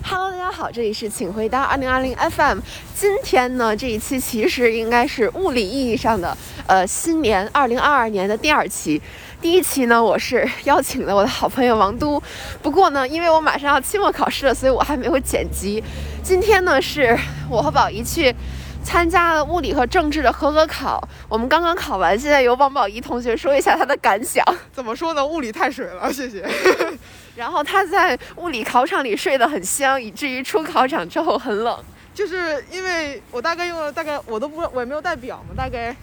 Hello， 大家好，这里是请回答2020 FM。今天呢，这一期其实应该是物理意义上的新年2022年的第2期。第1期呢，我是邀请了我的好朋友王都，不过呢，因为我马上要期末考试了，所以我还没有剪辑。今天呢，是我和宝仪去参加了物理和政治的合格考，我们刚刚考完，现在由王宝仪同学说一下他的感想。 怎么说呢？物理太水了，谢谢。 然后他在物理考场里睡得很香，以至于出考场之后很冷。 就是因为我大概用了我也没有带表嘛，大概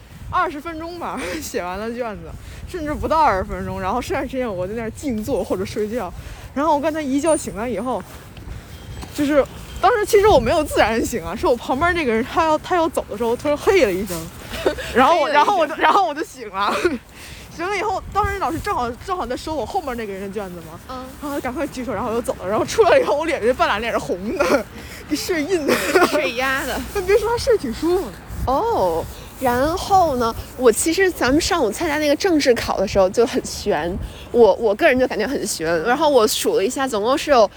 20分钟吧，写完了卷子，甚至不到20分钟。然后剩下时间我在那儿静坐或者睡觉。然后我刚才一觉醒来以后，就是当时其实我没有自然醒啊，是我旁边那个人他要走的时候突然嘿了一声，然后我就醒了。醒了以后，当时老师正好在收我后面那个人的卷子嘛，然后赶快举手，然后我就走了。然后出来以后，我半拉脸是红的，给睡印的， 睡压的。 但别说他睡挺舒服的哦。然后呢，我其实咱们上午参加那个政治考的时候就很悬，我个人就感觉很悬。然后我数了一下，总共是有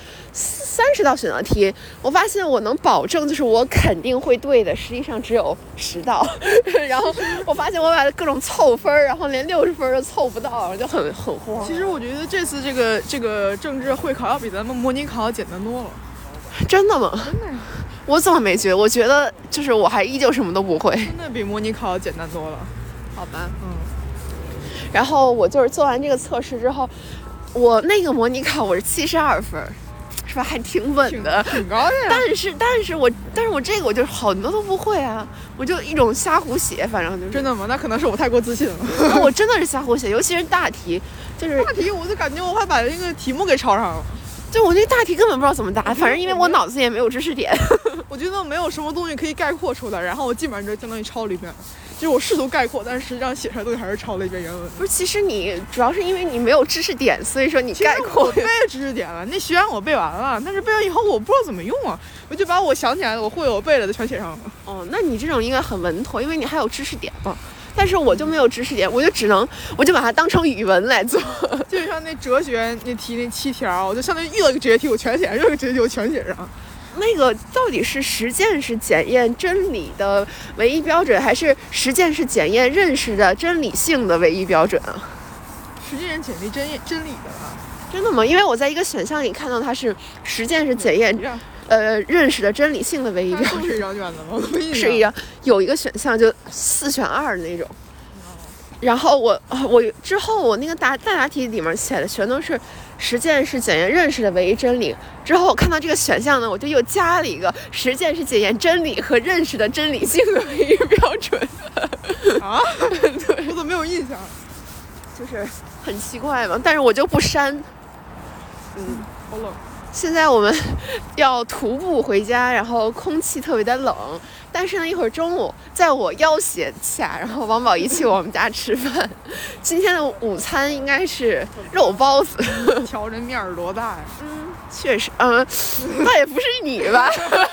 30道选择题，我发现我能保证就是我肯定会对的，实际上只有10道。然后我发现我把各种凑分，然后连60分都凑不到，就很慌。 其实我觉得这次这个政治会考要比咱们模拟考简单多了。 真的吗？ 真的呀。 我怎么没觉得？我觉得就是我还依旧什么都不会。 真的比模拟考简单多了。 好吧，然后我就是做完这个测试之后，我那个模拟考我是72分，是吧？还挺稳的， 挺高的呀。 但是我这个我就很多都不会啊，我就一种瞎胡写，反正就是。 真的吗？那可能是我太过自信了。 我真的是瞎胡写，尤其是大题，就是大题，我就感觉我还把那个题目给抄上了。 就我那个大题根本不知道怎么答，反正因为我脑子也没有知识点。 我觉得没有什么东西可以概括出来，然后我基本上就相当于抄了一遍。就是我试图概括，但是实际上写出来东西还是抄了一遍原文。 不是，其实你主要是因为你没有知识点，所以说你概括。 我背知识点了，那学员我背完了，但是背完以后我不知道怎么用啊，我就把我想起来的、我会、我背了的全写上了。 哦，那你这种应该很稳妥，因为你还有知识点嘛。但是我就没有知识点，我就把它当成语文来做。 就像那哲学那题那7条，我就相当于遇到一个哲学题我全写上，遇到一个哲学题我全写上。 那个到底是实践是检验真理的唯一标准，还是实践是检验认识的真理性的唯一标准啊？ 实践检验真理的啊？ 真的吗？因为我在一个选项里看到它是实践是检验认识的真理性的唯一标准。 是一张卷子吗？ 是一张，有一个选项就4选2的那种。然后我之后我那个大答题里面写的全都是实践是检验认识的唯一真理。之后我看到这个选项呢，我就又加了一个实践是检验真理和认识的真理性的唯一标准。 啊？对，我怎么没有印象？ 就是很奇怪嘛，但是我就不删。 好冷。 现在我们要徒步回家，然后空气特别的冷，但是呢，一会儿中午在我要挟下，然后王宝仪去我们家吃饭。今天的午餐应该是肉包子。 瞧这面儿多大呀？ 确实，那也不是你吧？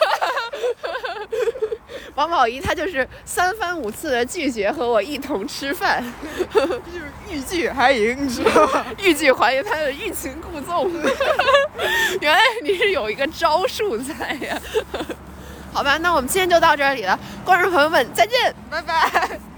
王宝仪他就是3番5次的拒绝和我一同吃饭， 就是欲拒还迎，你知道吗？ 欲拒还迎，他的欲擒故纵。原来你是有一个招数在呀。好吧，那我们今天就到这里了，观众朋友们再见， 拜拜。